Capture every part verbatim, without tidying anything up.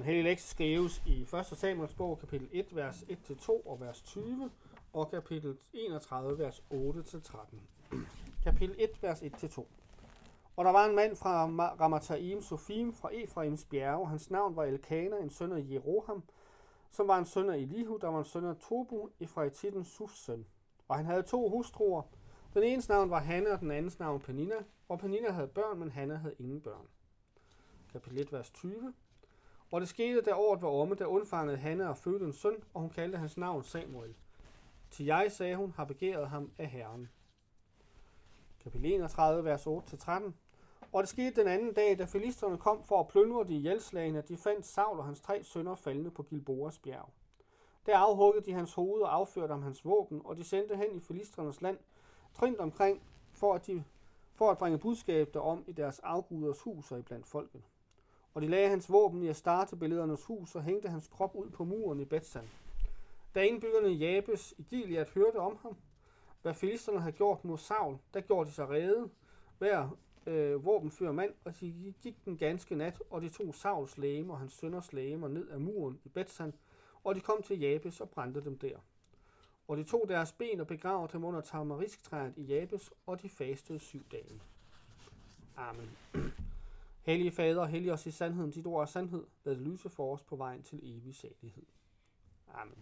Den hellige lektie skrives i første Samuels bog, kapitel et, vers et til to og vers tyve, og kapitel enogtredive, vers otte til tretten. Kapitel et, vers et til to. Og der var en mand fra Ramathaim Sofim fra Efraims bjerge. Hans navn var Elkana, en søn af Jeroham, som var en søn af Elihu, der var en søn af Tobu, Efraititten Sufs søn. Og han havde to hustruer. Den enes navn var Hanna, og den andens navn Penina. Og Penina havde børn, men Hanna havde ingen børn. Kapitel et, vers tyve. Og det skete, da året var omme, der undfangede Hanna og fødte en søn, og hun kaldte hans navn Samuel. Til jeg, sagde hun, har begæret ham af Herren. Kapitel enogtredive, vers otte til tretten. Og det skete den anden dag, da filisterne kom for at plyndre de ihjelslagene, at de fandt Saul og hans tre sønner faldende på Gilboas bjerg. Der afhuggede de hans hoved og afførte ham hans våben, og de sendte hen i filisternes land, trindt omkring, for at, de, for at bringe budskab derom i deres afguders hus og iblandt folket. Og de lagde hans våben i Astarte-billedernes hus og hængte hans krop ud på muren i Betsan. Da indbyggerne i Jabes i Gilead hørte om ham, hvad filisterne havde gjort mod Saul, der gjorde de sig rede, hver øh, våbenfør mand, og de gik den ganske nat, og de tog Sauls lægeme og hans sønners lægemer ned ad muren i Betsan, og de kom til Jabes og brændte dem der. Og de tog deres ben og begravede dem under tamarisktræet i Jabes, og de fastede syv dage. Amen. Hellige Fader, hellig os i sandheden, dit ord er sandhed. Lad det lyse for os på vejen til evig salighed. Amen.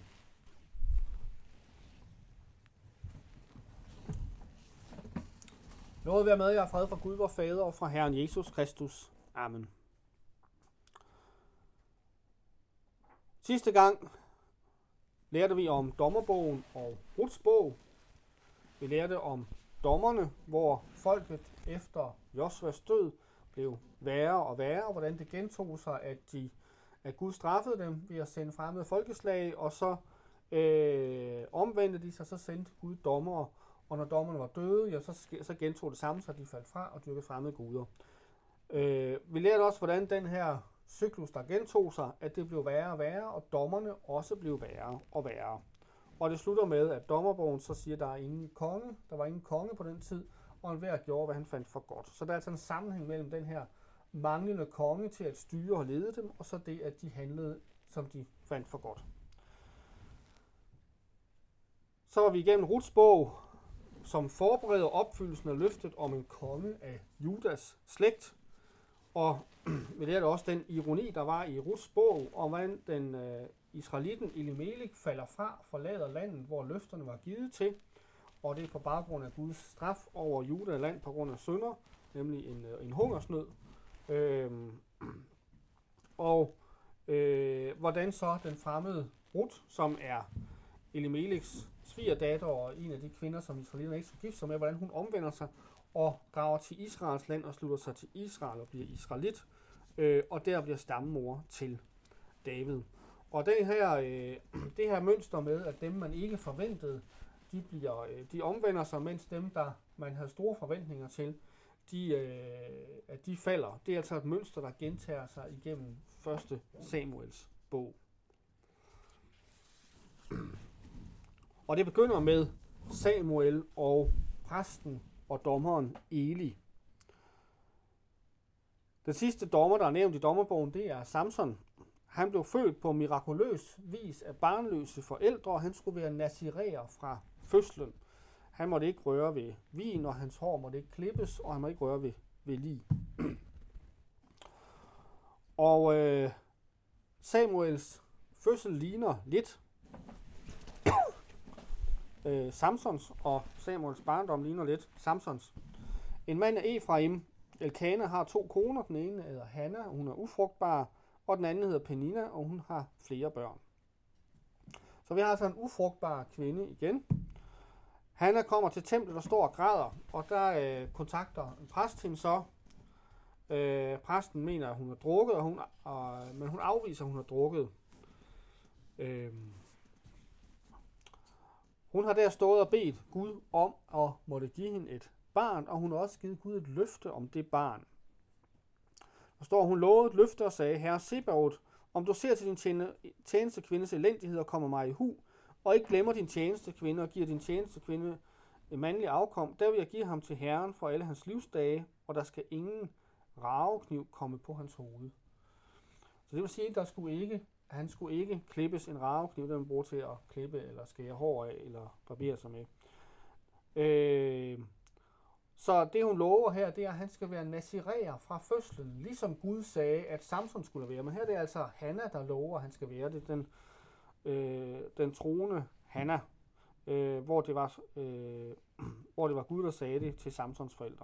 Lovet være med jer fred fra Gud vor Fader og fra Herren Jesus Kristus. Amen. Sidste gang lærte vi om dommerbogen og Ruts bog. Vi lærte om dommerne, hvor folket efter Josvas død blev værre og værre, og hvordan det gentog sig, at, de, at Gud straffede dem ved at sende fremmede folkeslag, og så øh, omvendte de sig, så sendte Gud dommere, og når dommerne var døde, ja, så, så gentog det samme, så de faldt fra og dyrkede fremmede guder. Øh, vi lærte også, hvordan den her cyklus, der gentog sig, at det blev værre og værre, og dommerne også blev værre og værre. Og det slutter med, at dommerbogen så siger, at der er ingen konge, der var ingen konge på den tid, og enhver gjorde, hvad han fandt for godt. Så der er altså en sammenhæng mellem den her manglende konge til at styre og lede dem, og så det, at de handlede, som de fandt for godt. Så var vi igennem Ruts bog, som forbereder opfyldelsen af løftet om en konge af Judas slægt. Og vi lærte også den ironi, der var i Ruts bog, og hvordan den øh, israelitten Elimelech falder fra, forlader landet, hvor løfterne var givet til. Og det er på baggrund af Guds straf over Judaland på grund af synder, nemlig en, en hungersnød. Øhm, og øh, hvordan så den fremmede Rut, som er Elimelechs svigerdatter og en af de kvinder, som israelitterne ikke skulle gifte sig med, hvordan hun omvender sig og drager til Israels land og slutter sig til Israel og bliver israelit, øh, og der bliver stammemor til David. Og det her, øh, det her mønster med, at dem man ikke forventede, de, bliver, de omvender sig, mens dem, der man havde store forventninger til, de, øh, at de falder. Det er altså et mønster, der gentager sig igennem første Samuels bog. Og det begynder med Samuel og præsten og dommeren Eli. Den sidste dommer, der er nævnt i dommerbogen, det er Samson. Han blev født på mirakuløs vis af barnløse forældre, og han skulle være nazireer fra fødslen. Han måtte ikke røre ved vin, og hans hår måtte ikke klippes, og han måtte ikke røre ved, ved lig. Og øh, Samuels fødsel ligner lidt øh, Samsons, og Samuels barndom ligner lidt Samsons. En mand af Efraim, Elkana, har to koner. Den ene hedder Hanna, og hun er ufrugtbar, og den anden hedder Penina, og hun har flere børn. Så vi har altså en ufrugtbar kvinde igen. Hanna kommer til templet og står og græder, og der øh, kontakter en præst hende så. Øh, præsten mener, at hun har drukket, og hun, og, men hun afviser, at hun har drukket. Øh, hun har der stået og bedt Gud om at måtte give hende et barn, og hun har også givet Gud et løfte om det barn. Der står, hun lovede et løfte og sagde, Herre Sebaot, om du ser til din tjenestekvindes elendighed og kommer mig i hu, og ikke glemmer din tjenestekvinde og giver din tjenestekvinde en mandlig afkom, der vil jeg give ham til Herren for alle hans livsdage, og der skal ingen ravekniv komme på hans hoved. Så det vil sige, at der skulle ikke, han skulle ikke klippes en ravekniv, den man bruger til at klippe eller skære hår af eller barbere sig med. Øh, så det hun lover her, det er, at han skal være nazireer fra fødslen, ligesom Gud sagde, at Samson skulle være. Men her er det altså Hanna, der lover, at han skal være det. Den, øh, den troende Hanna, øh, hvor, det var, øh, hvor det var Gud, der sagde det til Samsons forældre.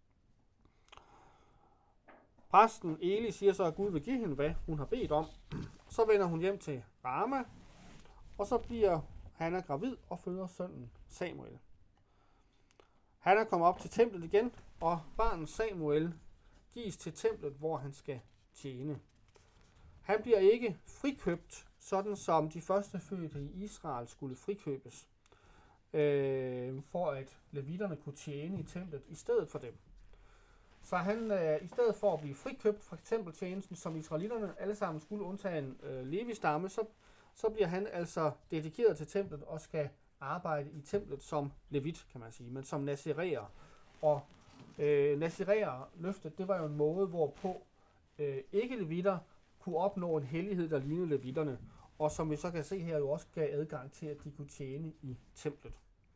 Præsten Eli siger så, at Gud vil give hende, hvad hun har bedt om. Så vender hun hjem til Rama, og så bliver Hanna gravid og føder sønnen Samuel. Hanna kommer op til templet igen, og barnet Samuel gives til templet, hvor han skal tjene. Han bliver ikke frikøbt, sådan som de første fødte i Israel skulle frikøbes, øh, for at levitterne kunne tjene i templet i stedet for dem. Så han, øh, i stedet for at blive frikøbt fra tempeltjenesten, som israelitterne alle sammen skulle undtage en øh, Levi-stamme, så, så bliver han altså dedikeret til templet og skal arbejde i templet som levit, kan man sige, men som nazireer. Og øh, nazireer-løftet, det var jo en måde, hvorpå øh, ikke-levitter kunne opnå en hellighed, der lignede levitterne, og som vi så kan se her, jo også gav adgang til, at de kunne tjene i templet.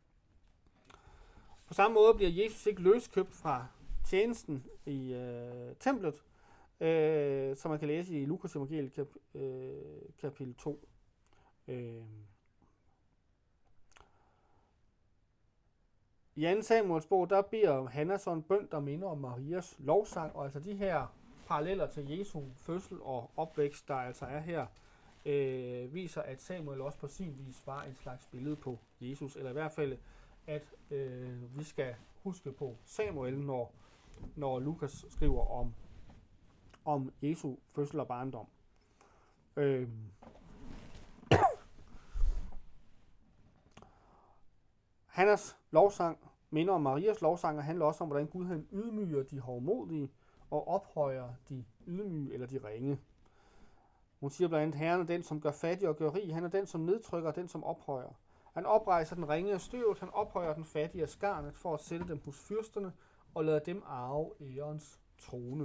På samme måde bliver Jesus ikke løskøbt fra tjenesten i øh, templet, øh, som man kan læse i Lukas evangeliet kap, øh, kapitel to. Øh. I anden Samuels bog, der beder Hanna så en bøn, der minder om Marias lovsang, og altså de her paralleller til Jesu fødsel og opvækst, der altså er her, øh, viser, at Samuel også på sin vis var en slags billede på Jesus, eller i hvert fald, at øh, vi skal huske på Samuel, når, når Lukas skriver om, om Jesu fødsel og barndom. Øh. Hannas lovsang minder om Marias lovsang, og handler også om, hvordan Gud han ydmyger de hovmodige og ophøjer de ydmyge eller de ringe. Hun siger blandt andet, Herren er den, som gør fattig og gør rig. Han er den, som nedtrykker og den, som ophøjer. Han oprejser den ringe af støvet, han ophøjer den fattige af skarnet for at sætte dem hos fyrsterne og lade dem arve ærens trone.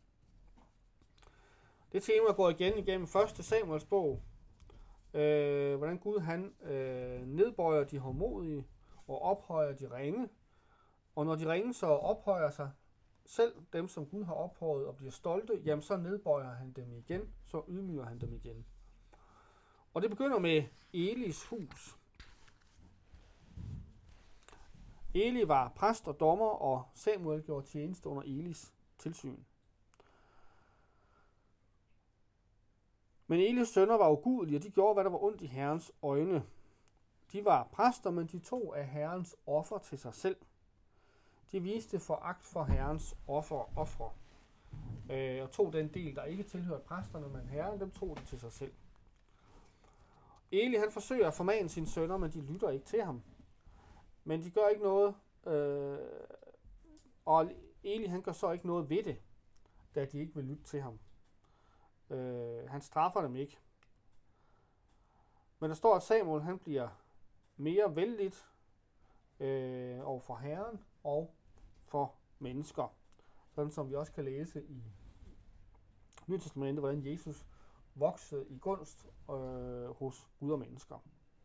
Det tema går igen igennem første Samuels bog, øh, hvordan Gud han øh, nedbøjer de hovmodige og ophøjer de ringe. Og når de ringe så ophøjer sig, selv dem som Gud har ophøjet og bliver stolte, jamen så nedbøjer han dem igen, så ydmyger han dem igen. Og det begynder med Elis hus. Eli var præst og dommer, og Samuel gjorde tjeneste under Elis tilsyn. Men Elis sønner var ugudelige, og de gjorde, hvad der var ondt i Herrens øjne. De var præster, men de tog af Herrens offer til sig selv. De viste foragt for Herrens offer, ofre, øh, og tog den del, der ikke tilhørte præsterne, men Herren, dem tog det til sig selv. Eli han forsøger at formane sine sønner, men de lytter ikke til ham. Men de gør ikke noget, øh, og Eli han gør så ikke noget ved det, da de ikke vil lytte til ham. Øh, han straffer dem ikke. Men der står, at Samuel han bliver mere vellidt øh, over for Herren og for mennesker. Sådan som vi også kan læse i Nye Testamentet, hvordan Jesus voksede i gunst øh, hos Gud og mennesker.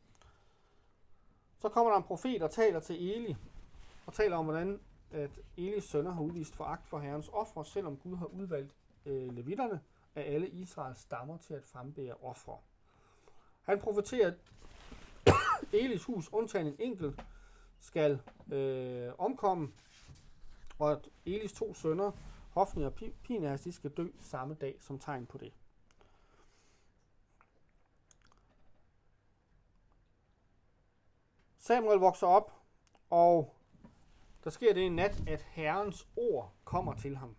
Så kommer der en profet og taler til Eli, og taler om, hvordan at Elis sønner har udvist foragt for Herrens ofre, selvom Gud har udvalgt øh, levitterne af alle Israels stammer til at frembære ofre. Han profeterer, at Elis hus, undtagen en enkelt, skal øh, omkomme, og at Elis to sønner, Hofni og Pinehas, de skal dø samme dag som tegn på det. Samuel vokser op, og der sker det en nat, at Herrens ord kommer til ham.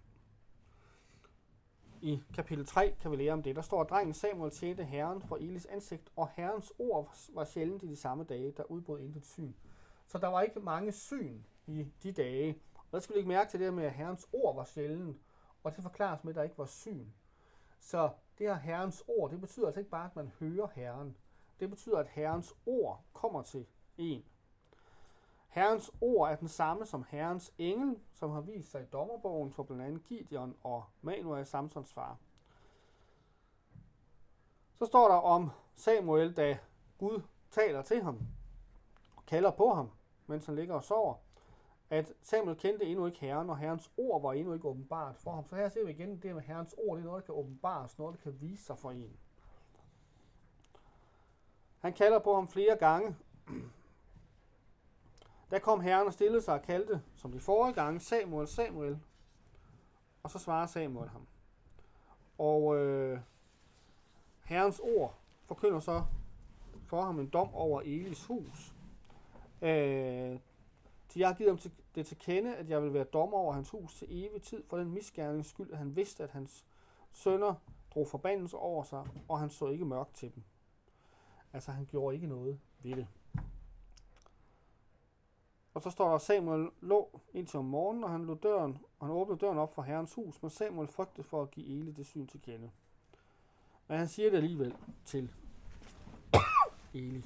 I kapitel tre kan vi lære om det. Der står, at drengen Samuel tjente Herren for Elis ansigt, og Herrens ord var sjældent i de samme dage, der udbrød intet syn. Så der var ikke mange syn i de dage. Og der skal vi lægge mærke til det med, at Herrens ord var sjældent, og det forklares med, at der ikke var syn. Så det her Herrens ord, det betyder altså ikke bare, at man hører Herren. Det betyder, at Herrens ord kommer til en. Herrens ord er den samme som Herrens engel, som har vist sig i dommerbogen for blandt andet Gideon og Manoah, Samsons far. Så står der om Samuel, da Gud taler til ham og kalder på ham, mens han ligger og sover, at Samuel kendte endnu ikke Herren, og Herrens ord var endnu ikke åbenbart for ham. Så her ser vi igen, det med Herrens ord, det er noget, der kan åbenbares, noget, der kan vise sig for en. Han kalder på ham flere gange. Der kom Herren og stillede sig og kaldte, som de forrige gange, Samuel, Samuel. Og så svarer Samuel ham. Og øh, Herrens ord forkynder så for ham en dom over Elis hus. Øh, til jeg har givet ham til, det til kende, at jeg vil være dommer over hans hus til evig tid, for den misgerningens skyld, at han vidste, at hans sønner drog forbandelse over sig, og han så ikke mørkt til dem. Altså, han gjorde ikke noget ved det. Og så står der, at Samuel lå indtil om morgenen, og han lå døren, og han åbnede døren op for Herrens hus, men Samuel frygtede for at give Eli det syn til kende. Men han siger det alligevel til Eli.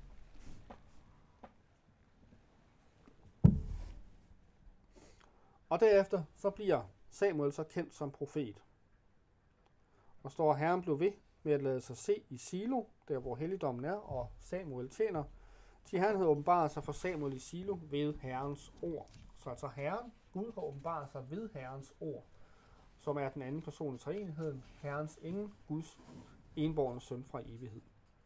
Og derefter så bliver Samuel så kendt som profet. Og står, at Herren blev ved med at lade sig se i Silo, der hvor helligdommen er, og Samuel tjener. Til Herren havde åbenbaret sig for Samuel i Silo ved Herrens ord. Så altså Herren, Gud har åbenbaret sig ved Herrens ord, som er den anden person i treenigheden, Herrens engel, Guds enbårne søn fra evighed.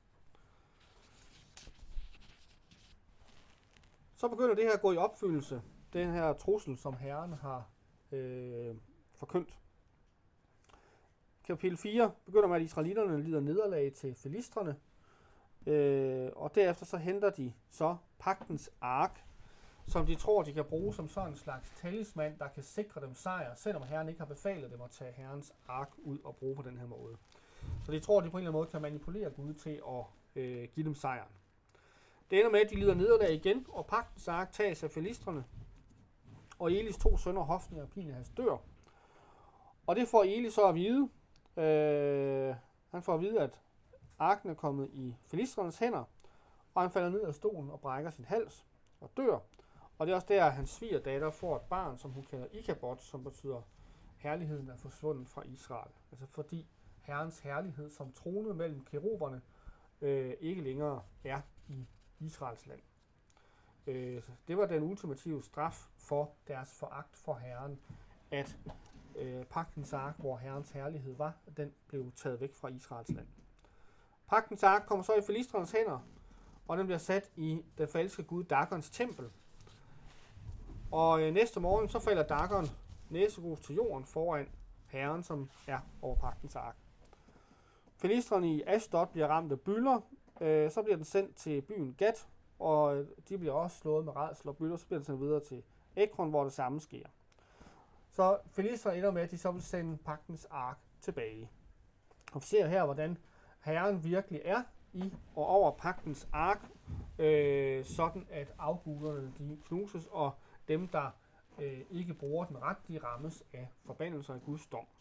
Så begynder det her at gå i opfyldelse, den her trussel, som Herren har øh, forkyndt. Kapitel fire begynder med, at israelitterne lider nederlag til filistrene, øh, og derefter så henter de så pagtens ark, som de tror, de kan bruge som sådan en slags talisman, der kan sikre dem sejr, selvom Herren ikke har befalet dem at tage Herrens ark ud og bruge på den her måde. Så de tror, de på en eller anden måde kan manipulere Gud til at øh, give dem sejren. Det ender med, at de lider nederlag igen, og pagtens ark tages af filistrene, og Elis to sønner, Hofni og Pinehas, dør. Og det får Eli så at vide. Øh, han får at vide, at arken er kommet i filistrenes hænder, og han falder ned af stolen og brækker sin hals og dør. Og det er også der, at hans svigerdatter får et barn, som hun kalder Ikabod, som betyder, herligheden er forsvundet fra Israel. Altså fordi Herrens herlighed, som tronede mellem keruberne, øh, ikke længere er i Israels land. Øh, det var den ultimative straf for deres foragt for Herren, at øh, pagtens ark, hvor Herrens herlighed var, den blev taget væk fra Israels land. Pagtens ark kommer så i filistrenes hænder, og den bliver sat i den falske gud Dagons tempel. Og øh, næste morgen så falder Dagon næsegrus til jorden foran Herren, som er over pagtens ark. Filistrene i Ashdod bliver ramt af bylder, øh, så bliver den sendt til byen Gat, og de bliver også slået med rædsel og bylder, så bliver den sendt videre til Ekron, hvor det samme sker. Så filistrene ender med, at de så vil sende pagtens ark tilbage. Og vi ser her, hvordan Herren virkelig er i og over pagtens ark, øh, sådan at afguderne de knuses, og dem, der øh, ikke bruger den ret, de rammes af forbandelser af Guds dom.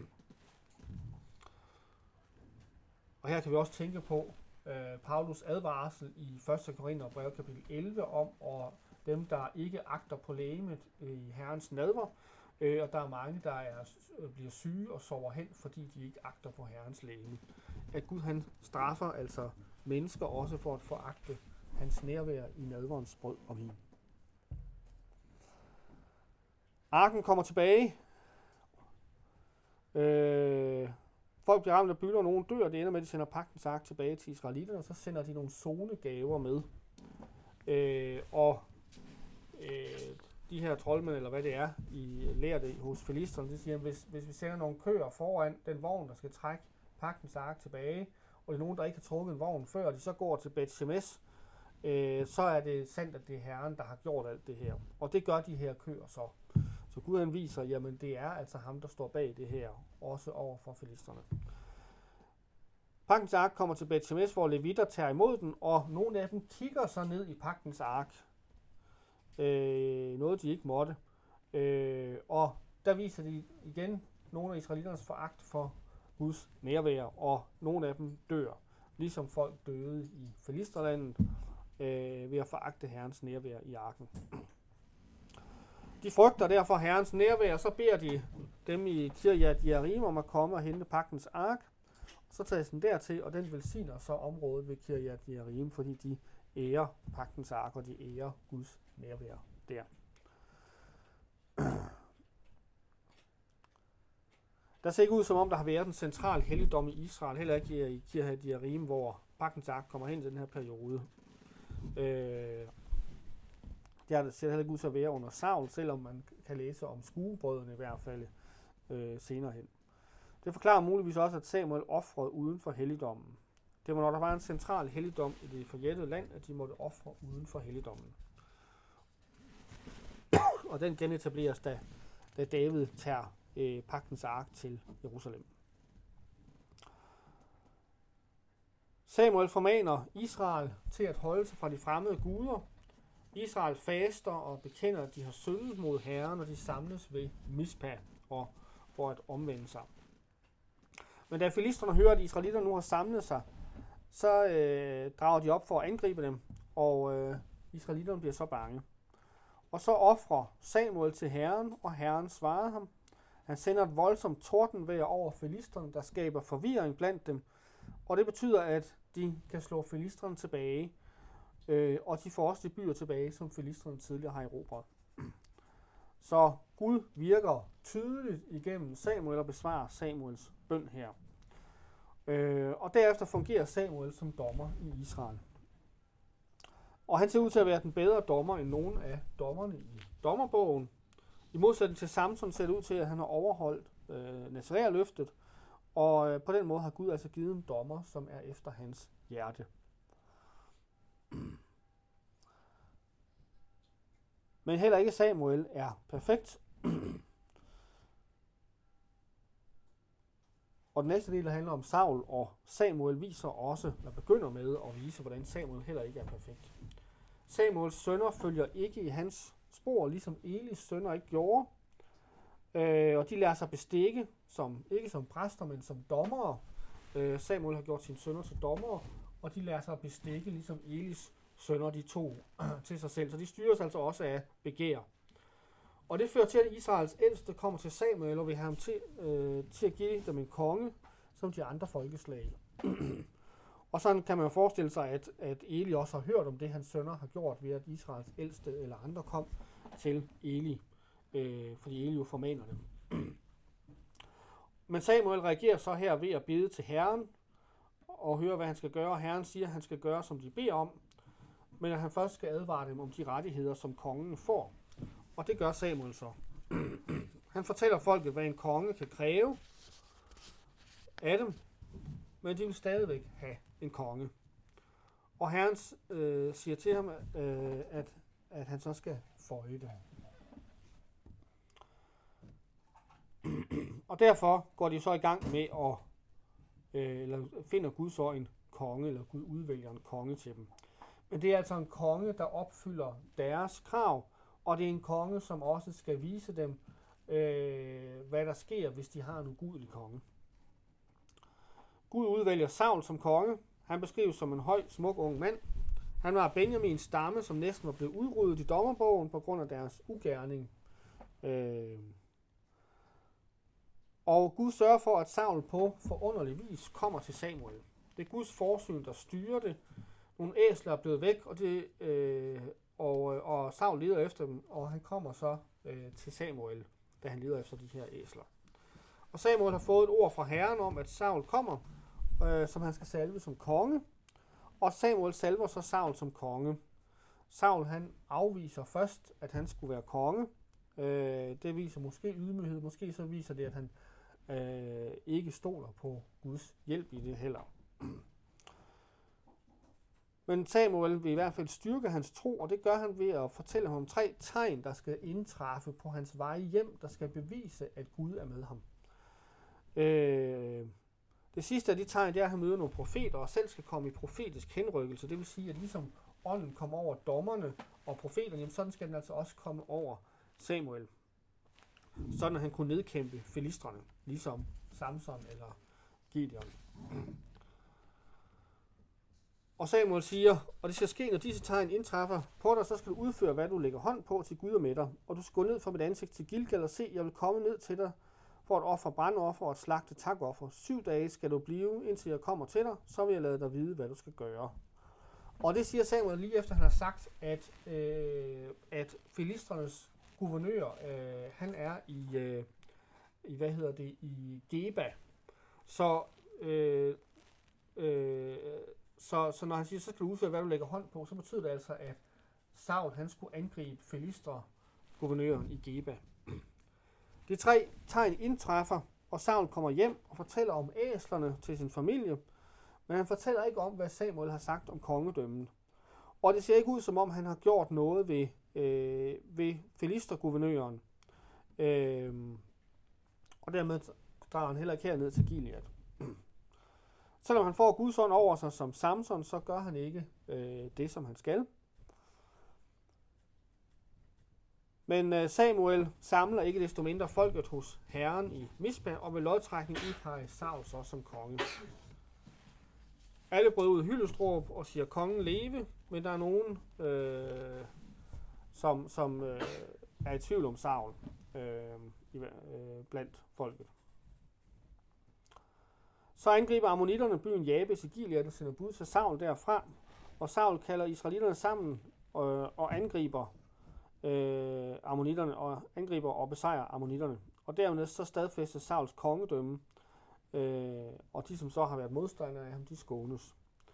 Og her kan vi også tænke på øh, Paulus advarsel i første Korintherbrev kapitel elleve om, og dem, der ikke agter på legemet i Herrens nadver, øh, og der er mange, der er, øh, bliver syge og sover hen, fordi de ikke agter på Herrens legeme. At Gud han straffer altså mennesker også for at foragte hans nærvær i nadverens brød og vin. Arken kommer tilbage. Øh, folk bliver ramt af bylder, og nogen dør. Det ender med, at de sender pagtens ark tilbage til israelitterne, og så sender de nogle zonegaver med. Øh, og øh, de her troldmænd, eller hvad det er, I lærer det hos filisterne, de siger, at hvis, hvis vi sender nogle køer foran den vogn, der skal trække pagtens ark tilbage, og det er nogen, der ikke har trukket en vogn før, og de så går til Bet-Shemesh, øh, så er det sandt, at det er Herren, der har gjort alt det her. Og det gør de her køer så. Så Gud han viser, jamen det er altså ham, der står bag det her, også over for filisterne. Pagtens ark kommer til Bet-Shemesh, hvor levitter tager imod den, og nogle af dem kigger så ned i pagtens ark. Øh, noget de ikke måtte. Øh, og der viser de igen nogle af israeliternes foragt for Guds nærvær, og nogle af dem dør, ligesom folk døde i Filisterlandet øh, ved at foragte Herrens nærvær i arken. De frygter derfor Herrens nærvær, og så beder de dem i Kirjat Jearim om at komme og hente pagtens ark. Så så tages den dertil, og den velsigner så området ved Kirjat Jearim, fordi de ærer pagtens ark, og de ærer Guds nærvær der. Der ser ikke ud som om, der har været en central helligdom i Israel, heller ikke i Kirjat Jearim, hvor pagtens ark kommer hen til den her periode. Øh, det ser heller ikke ud til at være under Saul, selvom man kan læse om skuebrødene i hvert fald øh, senere hen. Det forklarer muligvis også, at Samuel ofrede uden for helligdommen. Det var, når der var en central helligdom i det forjættede land, at de måtte ofre uden for helligdommen. Og den genetableres, da, da David tager øh, pagtens ark til Jerusalem. Samuel formaner Israel til at holde sig fra de fremmede guder. Israel faster og bekender, at de har syndet mod Herren, og de samles ved Mispa og for at omvende sig. Men da filisterne hører, at israelitterne nu har samlet sig, så øh, drager de op for at angribe dem, og øh, israelitterne bliver så bange. Og så offrer Samuel til Herren, og Herren svarer ham. Han sender et voldsomt tordenvejr over filisterne, der skaber forvirring blandt dem, og det betyder, at de kan slå filisterne tilbage, øh, og de får også de byer tilbage, som filisterne tidligere har erobret. Så Gud virker tydeligt igennem Samuel og besvarer Samuels bøn her. Øh, og derefter fungerer Samuel som dommer i Israel. Og han ser ud til at være den bedre dommer end nogen af dommerne i dommerbogen. I modsætning til Samson ser det ud til, at han har overholdt øh, Nazarærløftet, og øh, på den måde har Gud altså givet en dommer, som er efter hans hjerte. Men heller ikke Samuel er perfekt. Og den næste del, der handler om Saul, og Samuel viser også, eller begynder med at vise, hvordan Samuel heller ikke er perfekt. Samuels sønner følger ikke i hans spor, ligesom Elis sønner ikke gjorde. Øh, og de lader sig bestikke, som, ikke som præster, men som dommere. Øh, Samuel har gjort sine sønner til dommere, og de lader sig bestikke, ligesom Elis sønner de to til sig selv. Så de styres altså også af begær. Og det fører til, at Israels ældste kommer til Samuel og vil have ham til, øh, til at give dem en konge, som de andre folkeslag. Og sådan kan man jo forestille sig, at, at Eli også har hørt om det, hans sønner har gjort, ved at Israels ældste eller andre kom til Eli, øh, fordi Eli jo formaner dem. Men Samuel reagerer så her ved at bede til Herren og høre, hvad han skal gøre. Herren siger, at han skal gøre, som de beder om, men at han først skal advare dem om de rettigheder, som kongen får. Og det gør Samuel så. Han fortæller folket, hvad en konge kan kræve af dem, men de vil stadigvæk have en konge. Og Herren øh, siger til ham, øh, at, at han så skal føje det. Og derfor går de så i gang med at, øh, eller finder Gud så en konge, eller Gud udvælger en konge til dem. Men det er altså en konge, der opfylder deres krav, og det er en konge, som også skal vise dem, øh, hvad der sker, hvis de har en ugudelig konge. Gud udvælger Saul som konge. Han beskrives som en høj, smuk ung mand. Han var Benjamins stamme, som næsten var blevet udryddet i dommerbogen på grund af deres ugerning. Øh. Og Gud sørger for, at Saul på forunderlig vis kommer til Samuel. Det er Guds forsyn, der styrer det. Nogle æsler er blevet væk, og, det, øh, og, og Saul leder efter dem, og han kommer så øh, til Samuel, da han leder efter de her æsler. Og Samuel har fået et ord fra Herren om, at Saul kommer, øh, som han skal salve som konge. Og Samuel salver så Saul som konge. Saul han afviser først, at han skulle være konge. Øh, det viser måske ydmyghed, måske så viser det, at han øh, ikke stoler på Guds hjælp i det heller. Men Samuel vil i hvert fald styrke hans tro, og det gør han ved at fortælle ham om tre tegn, der skal indtræffe på hans vej hjem, der skal bevise, at Gud er med ham. Øh, det sidste af de tegn, det er, at han møder nogle profeter, og selv skal komme i profetisk henrykkelse. Det vil sige, at ligesom ånden kom over dommerne og profeterne, jamen sådan skal den altså også komme over Samuel. Sådan at han kunne nedkæmpe filistrene, ligesom Samson eller Gideon. Og Samuel siger, og det skal ske, når disse tegn indtræffer på dig, så skal du udføre, hvad du lægger hånd på til Gud og med dig. Og du skal gå ned fra mit ansigt til Gilgal og se, jeg vil komme ned til dig for at ofre brandoffer og at slagte takoffer. Syv dage skal du blive, indtil jeg kommer til dig, så vil jeg lade dig vide, hvad du skal gøre. Og det siger Samuel lige efter, han har sagt, at, øh, at filistrenes guvernør, øh, han er i, øh, i, hvad hedder det, i Geba. Så, øh, øh, så, så når han siger, så skal du udføre, hvad du lægger hånd på, så betyder det altså, at Saul, han skulle angribe filistre guvernøren i Geba. De tre tegn indtræffer, og Saul kommer hjem og fortæller om æslerne til sin familie, men han fortæller ikke om, hvad Samuel har sagt om kongedømmen. Og det ser ikke ud, som om han har gjort noget ved, øh, ved filisterguvernøren. Øh, og dermed drager han heller ikke herned til Gilead. Selvom han får Guds ånd over sig som Samson, så gør han ikke øh, det, som han skal. Men Samuel samler ikke desto mindre folket hos Herren i Mispa, og ved lodtrækning udpeger Saul så som konge. Alle bryder ud i hyldestråb og siger, kongen leve, men der er nogen, øh, som, som øh, er i tvivl om Saul øh, i, øh, blandt folket. Så angriber ammonitterne byen Jabes i Gilead og sender bud til Saul derfra, og Saul kalder israelitterne sammen og, og angriber øh, ammonitterne og angriber og besejrer ammonitterne. Og dermed så stadfæster Sauls kongedømme, øh, og de som så har været modstandere af ham, de skånes.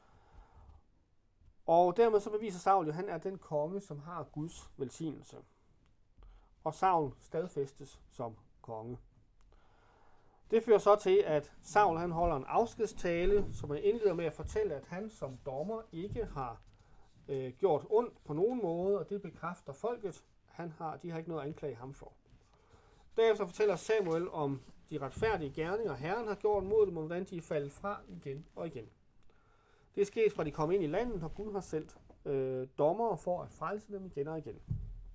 Og dermed så beviser Saul, at han er den konge, som har Guds velsignelse. Og Saul stadfæstes som konge. Det fører så til, at Saul han holder en afskedstale, som han indleder med at fortælle, at han som dommer ikke har øh, gjort ondt på nogen måde, og det bekræfter folket. Han har, de har ikke noget at anklage ham for. Derefter fortæller Samuel om de retfærdige gerninger, Herren har gjort mod dem, og hvordan de er faldet fra igen og igen. Det er sket fra de kom ind i landet, og Gud har sendt øh, dommere for at frelse dem igen og igen.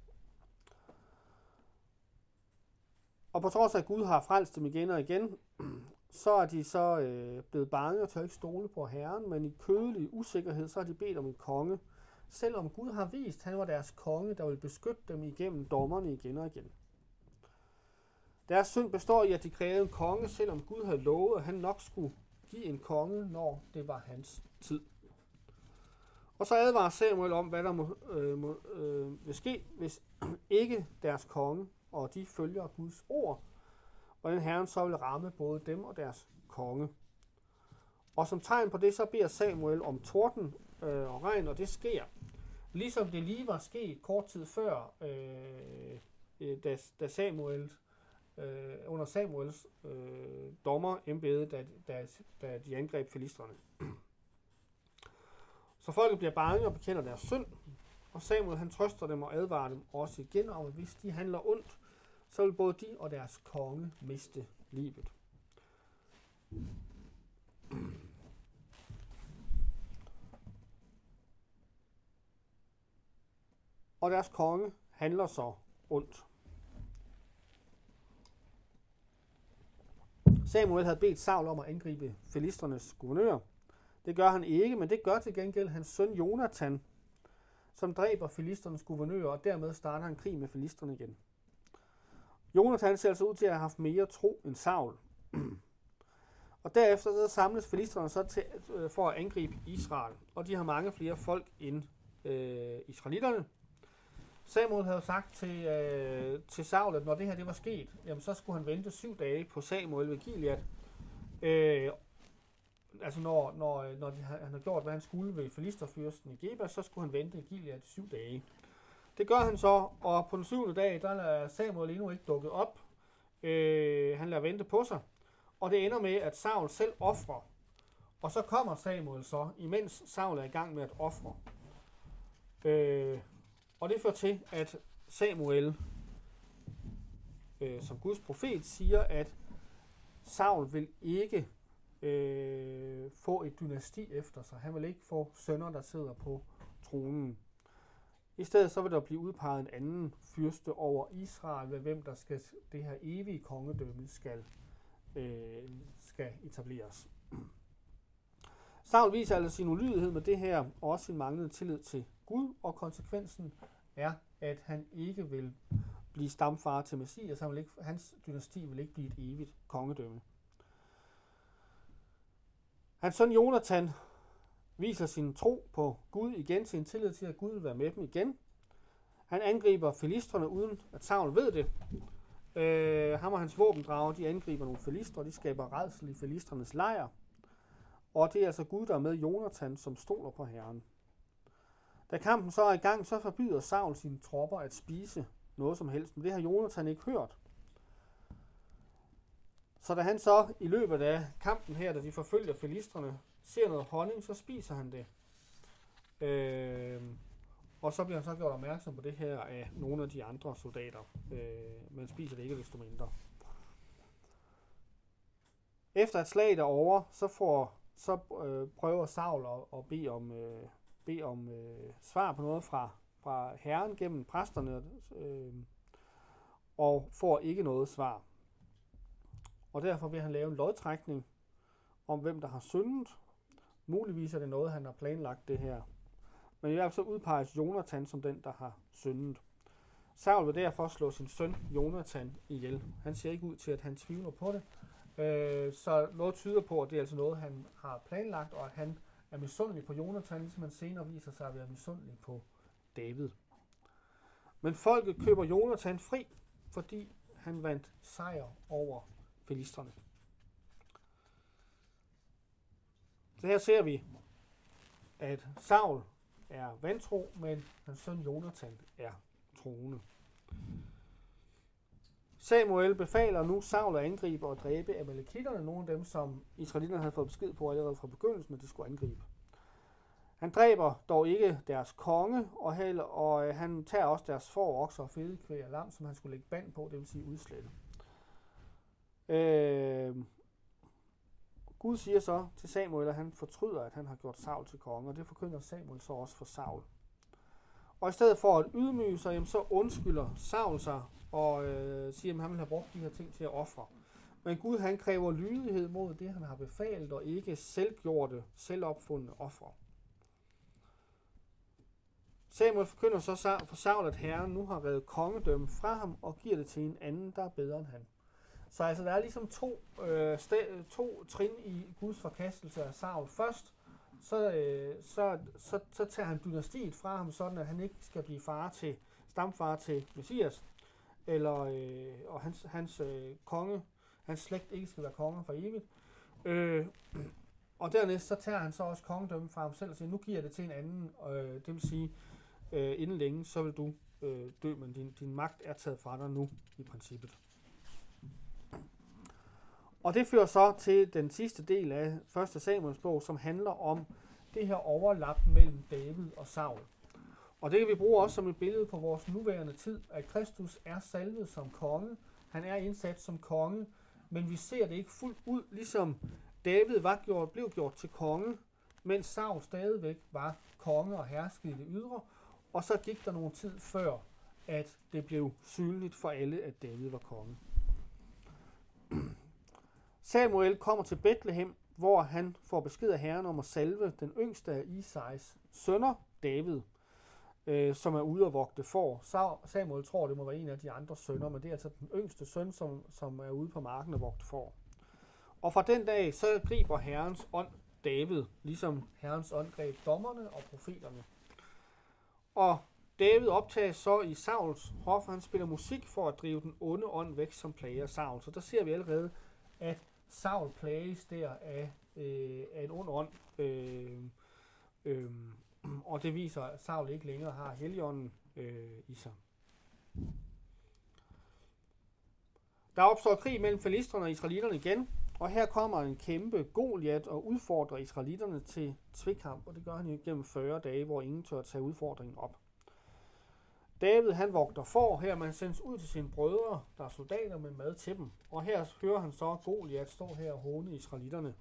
Og på trods af, at Gud har frelst dem igen og igen, så er de så øh, blevet bange og tør ikke stole på Herren, men i kødelig usikkerhed, så har de bedt om en konge, selvom Gud har vist, at han var deres konge, der ville beskytte dem igennem dommerne igen og igen. Deres synd består i, at de krævede en konge, selvom Gud havde lovet, at han nok skulle give en konge, når det var hans tid. Og så advarer Samuel om, hvad der må, øh, må, øh, vil ske, hvis ikke deres konge og de følger Guds ord, og den Herren så vil ramme både dem og deres konge. Og som tegn på det, så beder Samuel om torden øh, og regn, og det sker. Ligesom det lige var sket kort tid før, øh, da, da Samuel, øh, under Samuels øh, dommerembede, da, da, da de angreb filistrene. Så folket bliver bange og bekender deres synd, og Samuel han trøster dem og advarer dem også igen om, at hvis de handler ondt, så vil både de og deres konge miste livet. Og deres konge handler så ondt. Samuel havde bedt Saul om at angribe filistrenes guvernør. Det gør han ikke, men det gør til gengæld hans søn Jonathan, som dræber filistrenes guvernør, og dermed starter han krig med filistrene igen. Jonathan ser altså ud til at have haft mere tro end Saul. Og derefter så samles filistrene så til, øh, for at angribe Israel, og de har mange flere folk end øh, israelitterne. Samuel havde sagt til, øh, til Saul, at når det her det var sket, jamen, så skulle han vente syv dage på Samuel ved Gilead. Øh, altså når, når, når de, han havde gjort, hvad han skulle ved filisterfyrsten i Geba, så skulle han vente i Gilead syv dage. Det gør han så, og på den syvende dag, der lader Samuel endnu ikke dukket op. Øh, han lader vente på sig, og det ender med, at Saul selv ofrer. Og så kommer Samuel så, imens Saul er i gang med at ofre. Øh, og det fører til, at Samuel, øh, som Guds profet, siger, at Saul vil ikke øh, få et dynasti efter sig. Han vil ikke få sønner, der sidder på tronen. I stedet så vil der blive udpeget en anden fyrste over Israel, ved hvem der skal, det her evige kongedømme skal, øh, skal etableres. Saul viser altså sin ulydighed med det her, og også sin manglende tillid til Gud, og konsekvensen er, at han ikke vil blive stamfar til Messias. Han vil ikke, hans dynasti vil ikke blive et evigt kongedømme. Hans søn Jonathan viser sin tro på Gud igen, sin tillid til, at Gud vil være med dem igen. Han angriber filistrene, uden at Saul ved det. Øh, ham og hans våbendrager, de angriber nogle filistre, de skaber rædsel i filistrenes lejr. Og det er altså Gud, der er med Jonathan, som stoler på Herren. Da kampen så er i gang, så forbyder Saul sine tropper at spise noget som helst, men det har Jonathan ikke hørt. Så da han så i løbet af kampen her, da de forfølger filistrene, ser noget honning, så spiser han det. Øh, og så bliver han så gjort opmærksom på det her af nogle af de andre soldater, øh, men spiser det ikke desto mindre. Efter at slaget er over, så, får, så øh, prøver Saul at, at bede om, øh, bede om øh, svar på noget fra, fra Herren gennem præsterne, øh, og får ikke noget svar. Og derfor vil han lave en lodtrækning om, hvem der har syndet. Muligvis er det noget, han har planlagt det her. Men i hvert fald så udpeges Jonathan som den, der har syndet. Saul vil derfor slå sin søn Jonathan ihjel. Han ser ikke ud til, at han tvivler på det. Øh, så noget tyder på, at det er altså noget, han har planlagt, og at han er misundelig på Jonathan, ligesom han senere viser sig at være misundelig på David. Men folket køber Jonathan fri, fordi han vandt sejr over filistrene. Så her ser vi, at Saul er vantro, men hans søn Jonathan er troende. Samuel befaler nu Saul at angribe og dræbe amalekitterne, nogle af dem, som israelitterne havde fået besked på allerede fra begyndelsen, at de skulle angribe. Han dræber dog ikke deres konge, og, heller, og han tager også deres får, okser og fedekvæg og lam, som han skulle lægge band på, det vil sige udslette. Øh, Gud siger så til Samuel, at han fortryder, at han har gjort Saul til konge, og det forkynder Samuel så også for Saul. Og i stedet for at ydmyge sig, jamen, så undskylder Saul sig og øh, siger, at han vil have brugt de her ting til at ofre. Men Gud, han kræver lydighed mod det, han har befalet, og ikke selvgjorte, selvopfundne ofre. Samuel forkynder så for Saul, at Herren nu har revet kongedømme fra ham og giver det til en anden, der er bedre end han. Så altså, der er ligesom to, øh, st- to trin i Guds forkastelse af Saul. Først, så, øh, så, så, så tager han dynastiet fra ham, sådan at han ikke skal blive far til, stamfar til Messias, eller, øh, og hans, hans øh, konge, hans slægt ikke skal være konge for evigt. Øh, og dernæst så tager han så også kongedømmen fra ham selv og siger, nu giver jeg det til en anden, øh, det vil sige, øh, inden længe, så vil du øh, dø, men din, din magt er taget fra dig nu, i princippet. Og det fører så til den sidste del af første Samuels bog, som handler om det her overlap mellem David og Saul. Og det kan vi bruge også som et billede på vores nuværende tid, at Kristus er salvet som konge. Han er indsat som konge, men vi ser det ikke fuldt ud, ligesom David var gjort, blev gjort til konge, mens Saul stadigvæk var konge og herskede i det ydre. Og så gik der nogle tid før, at det blev synligt for alle, at David var konge. Samuel kommer til Betlehem, hvor han får besked af Herren om at salve den yngste af Isais sønner, David, øh, som er ude at vogte får. Samuel tror, det må være en af de andre sønner, men det er altså den yngste søn, som, som er ude på marken og vogte får. Og fra den dag, så griber Herrens ånd David, ligesom Herrens ånd greb dommerne og profeterne. Og David optages så i Sauls hof, han spiller musik for at drive den onde ånd væk, som plager Saul. Så der ser vi allerede, at Saul plages der af, øh, af en ond ånd, øh, øh, og det viser, at Saul ikke længere har Helligånden øh, i sig. Der opstår krig mellem filistrene og israelitterne igen, og her kommer en kæmpe Goliat og udfordrer israelitterne til tvekamp, og det gør han jo gennem fyrre dage, hvor ingen tør tage udfordringen op. David, han vogter får her, man sendes ud til sine brødre, der er soldater med mad til dem. Og her hører han så Goliat stå her og håne israelitterne.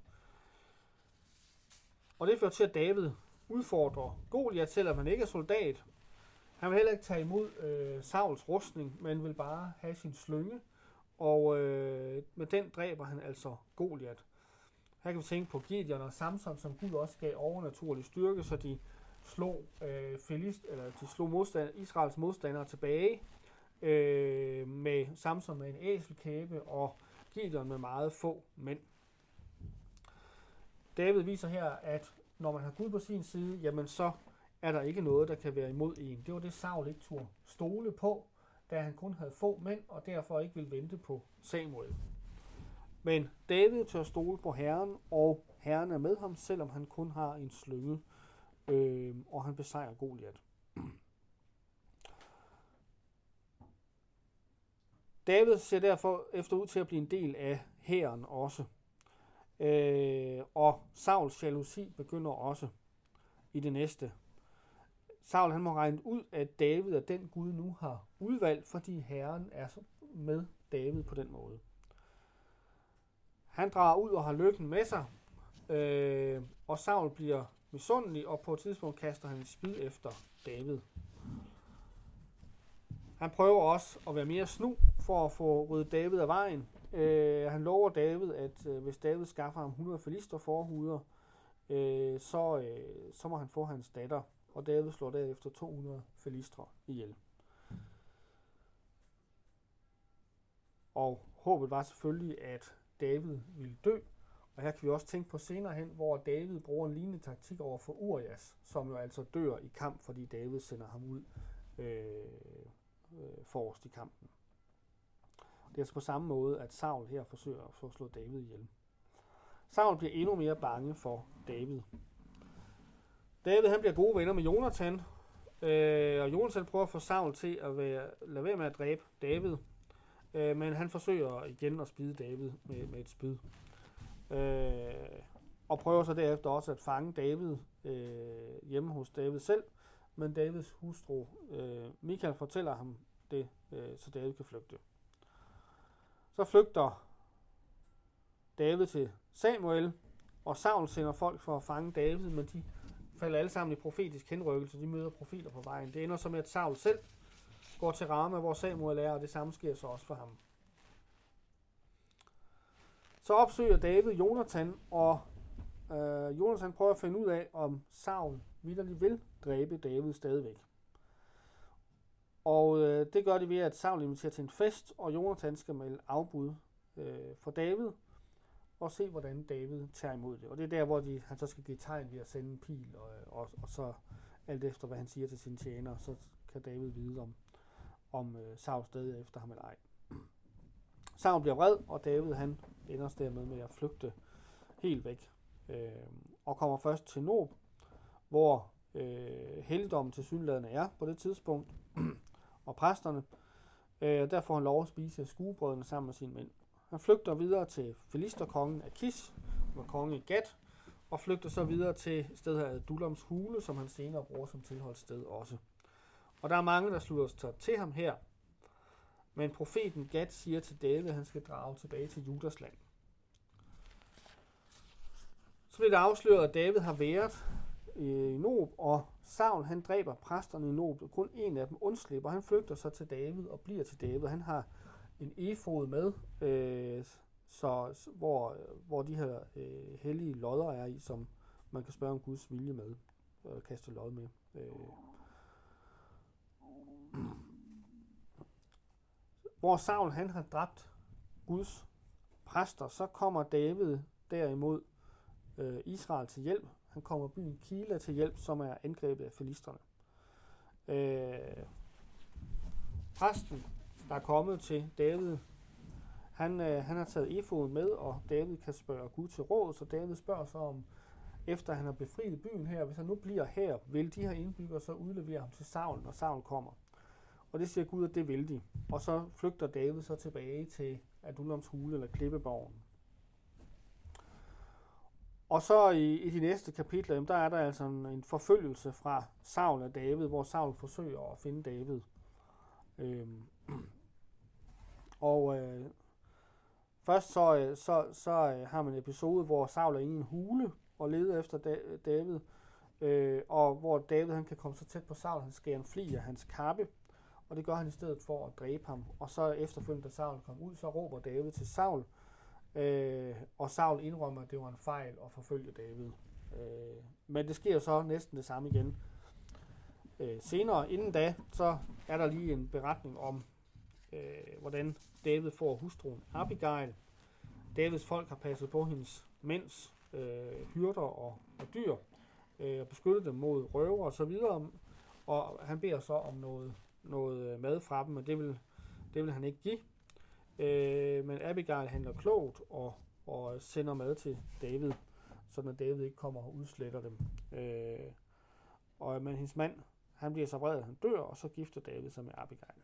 Og det fører til, at David udfordrer Goliat, selvom han ikke er soldat. Han vil heller ikke tage imod øh, Sauls rustning, men vil bare have sin slynge. Og øh, med den dræber han altså Goliat. Her kan vi tænke på Gideon og Samson, som Gud også gav overnaturlig styrke, så de slog, øh, Filist, eller de slog modstand, Israels modstandere tilbage øh, med Samson med en æselkæbe og Gideon med meget få mænd. David viser her, at når man har Gud på sin side, jamen så er der ikke noget, der kan være imod en. Det var det, Saul ikke turde stole på, da han kun havde få mænd, og derfor ikke ville vente på Samuel. Men David tør stole på Herren, og Herren er med ham, selvom han kun har en slynge, øh, og han besejrer Goliat. David ser derfor efter ud til at blive en del af hæren også. Øh, og Sauls jalousi begynder også i det næste. Saul han må regne ud, at David er den Gud nu har udvalgt, fordi Herren er med David på den måde. Han drager ud og har lykken med sig, øh, og Saul bliver misundelig, og på et tidspunkt kaster han et spyd efter David. Han prøver også at være mere snu for at få ryddet David af vejen. Øh, han lover David, at øh, hvis David skaffer ham hundrede filister forhuder, øh, så, øh, så må han få hans datter, og David slår derefter to hundrede filistre ihjel. Og håbet var selvfølgelig, at David ville dø, og her kan vi også tænke på senere hen, hvor David bruger en lignende taktik over for Urias, som jo altså dør i kamp, fordi David sender ham ud øh, øh, forrest i kampen. Det er altså på samme måde, at Saul her forsøger at få slået David ihjel. Saul bliver endnu mere bange for David. David han bliver gode venner med Jonathan, øh, og Jonathan prøver at få Saul til at være, lade være med at dræbe David, øh, men han forsøger igen at spide David med, med et spyd. Øh, og prøver så derefter også at fange David øh, hjemme hos David selv, men Davids hustru øh, Michal fortæller ham det, øh, så David kan flygte. Så flygter David til Samuel, og Saul sender folk for at fange David, men de falder alle sammen i profetisk henrykkelse. De møder profiler på vejen. Det ender så med, at Saul selv går til Rama, hvor Samuel er, og det samme sker så også for ham. Så opsøger David Jonathan, og øh, Jonathan prøver at finde ud af, om Saul vitterligt vil dræbe David stadigvæk. Og øh, det gør de ved, at Saul inviterer til en fest, og Jonathan skal melde afbud øh, for David, og se, hvordan David tager imod det. Og det er der, hvor de, han så skal give tegn ved at sende en pil, og, og, og så alt efter, hvad han siger til sine tjenere, så kan David vide, om, om øh, Saul stadig efter ham eller ej. Saul bliver vred, og David han ender dermed med at flygte helt væk, øh, og kommer først til Nob, hvor øh, helligdommen til synladende er på det tidspunkt, og præsterne. Øh, der får han lov at spise skuebrødene sammen med sine mænd. Han flygter videre til filisterkongen Akish, som var konge i Gat, og flygter så videre til stedet her Adulams hule, som han senere bruger som tilholdssted også. Og der er mange, der slutter sig til ham her. Men profeten Gad siger til David, at han skal drage tilbage til Judas land. Så bliver det afsløret, at David har været i Nob, og Saul han dræber præsterne i Nob, og kun en af dem undslipper. Han flygter så til David og bliver til David. Han har en efod med, øh, så, hvor, hvor de her øh, hellige lodder er i, som man kan spørge om Guds vilje med, og kaste lod med. Øh. Hvor Saul han har dræbt Guds præster, så kommer David derimod øh, Israel til hjælp. Han kommer byen Kila til hjælp, som er angrebet af filisterne. Øh, præsten, der er kommet til David, han, øh, han har taget efoden med, og David kan spørge Gud til råd, så David spørger så om, efter han har befriet byen her, hvis han nu bliver her, vil de her indbyggere så udlevere ham til Saul, når Saul kommer. Og det siger Gud, at det vil de. Og så flygter David så tilbage til Adulams hule eller Klippeborgen. Og så i, i de næste kapitler, jamen, der er der altså en, en forfølgelse fra Saul af David, hvor Saul forsøger at finde David. Øhm. Og øh, først så, så, så har man en episode, hvor Saul er inde i en hule og leder efter da- David, øh, og hvor David han kan komme så tæt på Saul, han skærer en fli af hans kappe, og det gør han i stedet for at dræbe ham. Og så efterfølgende, da Saul kom ud, så råber David til Saul, øh, og Saul indrømmer, at det var en fejl at forfølge David. Øh, men det sker så næsten det samme igen. Øh, senere, inden da, så er der lige en beretning om øh, hvordan David får hustruen Abigail. Davids folk har passet på hendes mænds øh, hyrder og, og dyr, øh, og beskyttet dem mod røver og så videre. Og han beder så om noget, noget mad fra dem, men det vil, det vil han ikke give. Øh, men Abigail handler klogt og, og sender mad til David, så at David ikke kommer og udsletter dem. Øh, og men hendes mand, han bliver så vred, at han dør, og så gifter David sig med Abigail.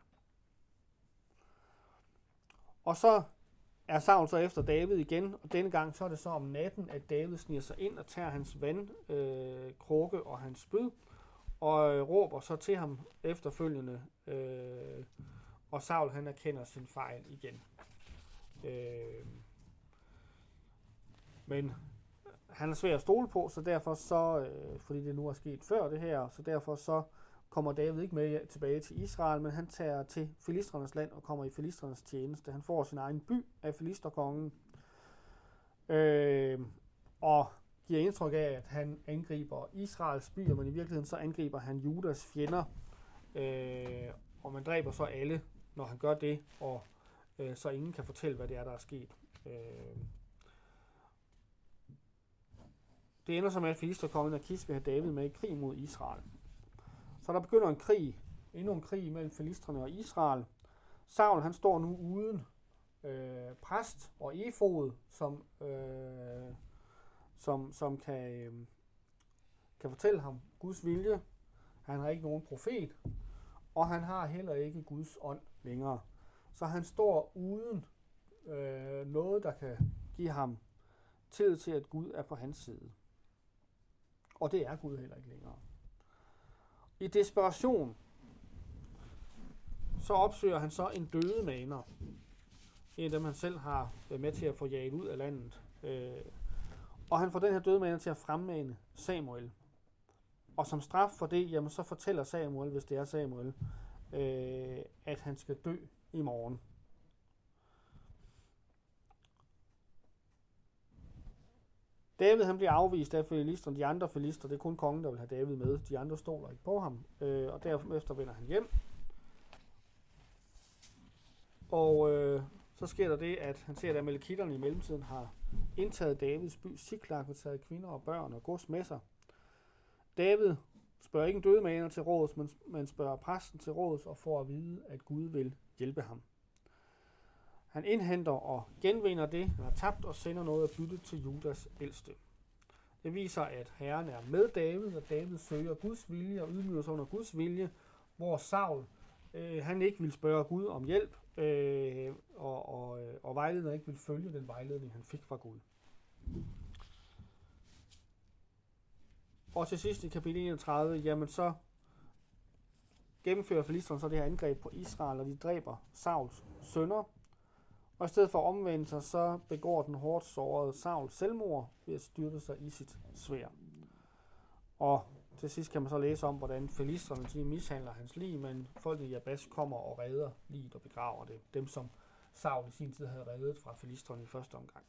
Og så er Saul så efter David igen, og denne gang så er det så om natten, at David sniger sig ind og tager hans vandkrukke øh, krukke og hans spyd, og øh, råber så til ham efterfølgende, øh, og Saul han erkender sin fejl igen. Øh, men han er svær at stole på, så derfor så, øh, fordi det nu er sket før det her, så derfor så kommer David ikke med tilbage til Israel, men han tager til filistrenes land og kommer i filistrenes tjeneste. Han får sin egen by af filisterkongen, øh, og giver indtryk af, at han angriber Israels byer, men i virkeligheden så angriber han Judas fjender, øh, og man dræber så alle, når han gør det, og øh, så ingen kan fortælle, hvad det er, der er sket. Øh, det ender så med, at filisterkongen Akish vil have David med i krig mod Israel. Så der begynder en krig, endnu en krig mellem filistrene og Israel. Saul han står nu uden øh, præst og efod, som, øh, som, som kan, øh, kan fortælle ham Guds vilje. Han har ikke nogen profet, og han har heller ikke Guds ånd længere. Så han står uden øh, noget, der kan give ham tid til, at Gud er på hans side. Og det er Gud heller ikke længere. I desperation, så opsøger han så en dødemaner. En af dem, han selv har været med til at få jaget ud af landet. Og han får den her dødemaner til at fremmane Samuel. Og som straf for det, jamen så fortæller Samuel, hvis det er Samuel, at han skal dø i morgen. David han bliver afvist af filisterne, de andre filister. Det er kun kongen, der vil have David med. De andre stoler ikke på ham, øh, og derefter vender han hjem. Og øh, så sker der det, at han ser, at amalekitterne i mellemtiden har indtaget Davids by Siklag og taget kvinder og børn og gods med sig. David spørger ikke en dødemaner til råds, men, men spørger præsten til råds og får at vide, at Gud vil hjælpe ham. Han indhenter og genvinder det, han har tabt, og sender noget af byttet til Judas ældste. Det viser, at Herren er med David, og David søger Guds vilje og ydmyger sig under Guds vilje, hvor Saul øh, han ikke vil spørge Gud om hjælp, øh, og, og, og vejleder ikke vil følge den vejledning, han fik fra Gud. Og til sidst i kapitel enogtredive, jamen så gennemfører filisterne så det her angreb på Israel, og de dræber Sauls sønner. Og i stedet for at omvende sig, så begår den hårdt sårede Saul selvmord ved at styrte sig i sit sværd. Og til sidst kan man så læse om, hvordan filistrene de mishandler hans lig, men folket i Jabes kommer og redder liget og begraver det. Dem, som Saul i sin tid havde reddet fra filistrene i første omgang.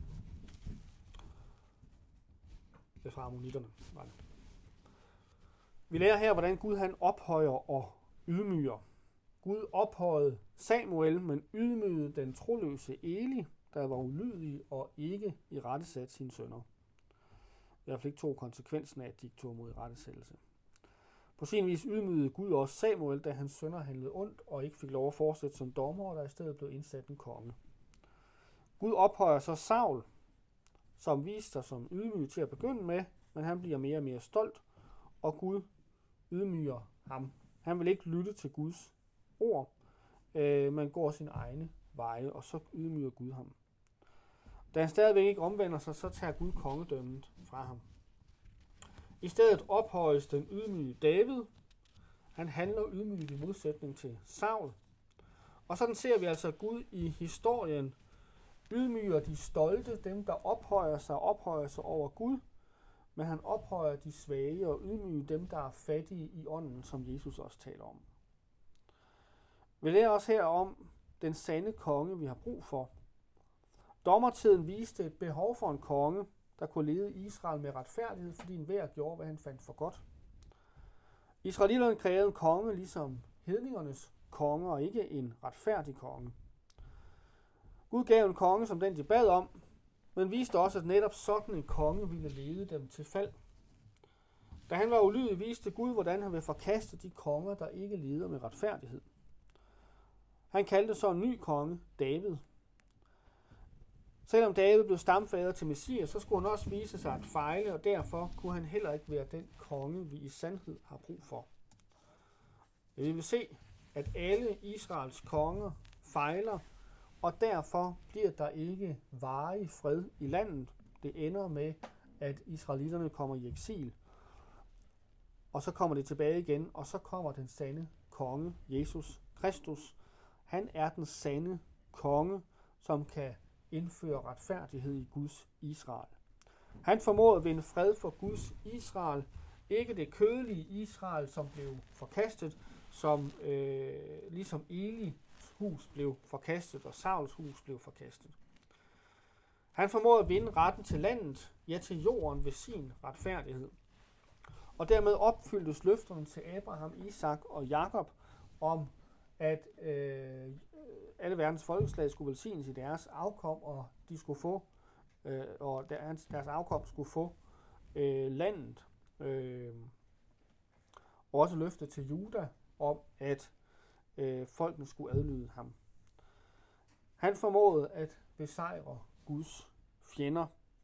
Det er fra ammonitterne, var det. Vi lærer her, hvordan Gud han ophøjer og ydmyger. Gud ophøjede Samuel, men ydmygede den troløse Eli, der var ulydig og ikke i rettesat sine sønner. I hvert fald ikke tog konsekvensen af, at de ikke tog mod rettesættelse. På sin vis ydmygede Gud også Samuel, da hans sønner handlede ondt og ikke fik lov at fortsætte som dommer, og der i stedet blev indsat en konge. Gud ophøjer så Saul, som viste sig som ydmyg til at begynde med, men han bliver mere og mere stolt, og Gud ydmyger ham. Han vil ikke lytte til Guds ord, øh, men går sin egne veje, og så ydmyger Gud ham. Da han stadigvæk ikke omvender sig, så tager Gud kongedømmet fra ham. I stedet ophøjes den ydmyge David. Han handler ydmygt i modsætning til Saul. Og sådan ser vi altså Gud i historien ydmyger de stolte, dem der ophøjer sig og ophøjer sig over Gud, men han ophøjer de svage og ydmyger dem, der er fattige i ånden, som Jesus også taler om. Vi lærer også her om den sande konge, vi har brug for. Dommertiden viste et behov for en konge, der kunne lede Israel med retfærdighed, fordi enhver gjorde, hvad han fandt for godt. Israelitterne krævede en konge, ligesom hedningernes konge og ikke en retfærdig konge. Gud gav en konge som den, de bad om, men viste også, at netop sådan en konge ville lede dem til fald. Da han var ulydig, viste Gud, hvordan han vil forkaste de konger, der ikke leder med retfærdighed. Han kaldte så en ny konge, David. Selvom David blev stamfader til Messias, så skulle han også vise sig at fejle, og derfor kunne han heller ikke være den konge, vi i sandhed har brug for. Vi vil se, at alle Israels konger fejler, og derfor bliver der ikke varig fred i landet. Det ender med, at israelitterne kommer i eksil, og så kommer de tilbage igen, og så kommer den sande konge, Jesus Kristus. Han er den sande konge, som kan indføre retfærdighed i Guds Israel. Han formåede at vinde fred for Guds Israel, ikke det kødelige Israel, som blev forkastet, som øh, ligesom Elis hus blev forkastet, og Sauls hus blev forkastet. Han formåede at vinde retten til landet, ja til jorden ved sin retfærdighed. Og dermed opfyldtes løfterne til Abraham, Isak og Jakob om, at øh, alle verdens folkeslag skulle velsignes i deres afkom, og de skulle få, øh, og deres, deres afkom skulle få øh, landet. Øh, også løftet til Juda om, at øh, folkene skulle adlyde ham. Han formåede at besejre Guds fjender.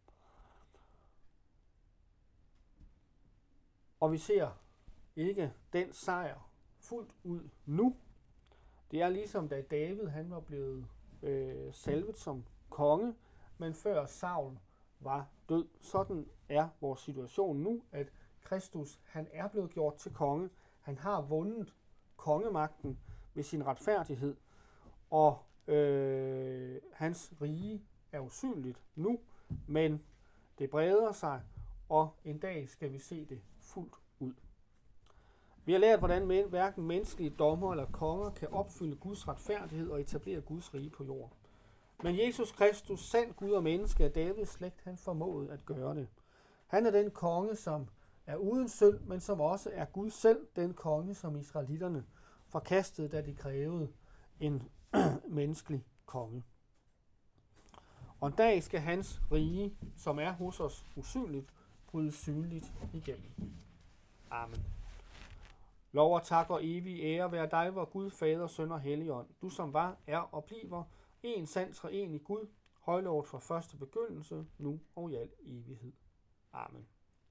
Og vi ser ikke den sejr fuldt ud nu. Det er ligesom da David han var blevet øh, salvet som konge, men før Saul var død. Sådan er vores situation nu, at Kristus han er blevet gjort til konge. Han har vundet kongemagten ved sin retfærdighed, og øh, hans rige er usynligt nu, men det breder sig, og en dag skal vi se det fuldt ud. Vi har lært, hvordan men, hverken menneskelige dommer eller konger kan opfylde Guds retfærdighed og etablere Guds rige på jorden. Men Jesus Kristus, sand Gud og menneske, af Davids slægt, han formåede at gøre det. Han er den konge, som er uden synd, men som også er Gud selv, den konge, som israelitterne forkastede, da de krævede en menneskelig konge. Og en dag skal hans rige, som er hos os usynligt, bryde synligt igennem. Amen. Lov og tak og evig ære være dig, vor Gud, Fader, Søn og Helligånd, du som var, er og bliver, en sand treenig Gud, højlovet fra første begyndelse, nu og i al evighed. Amen.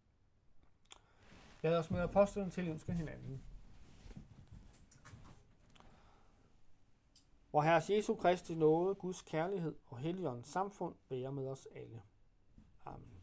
Lad os med apostlen tilønske hinanden. Vor Herres Jesu Kristi nåde, Guds kærlighed og Helligåndens samfund være med os alle. Amen.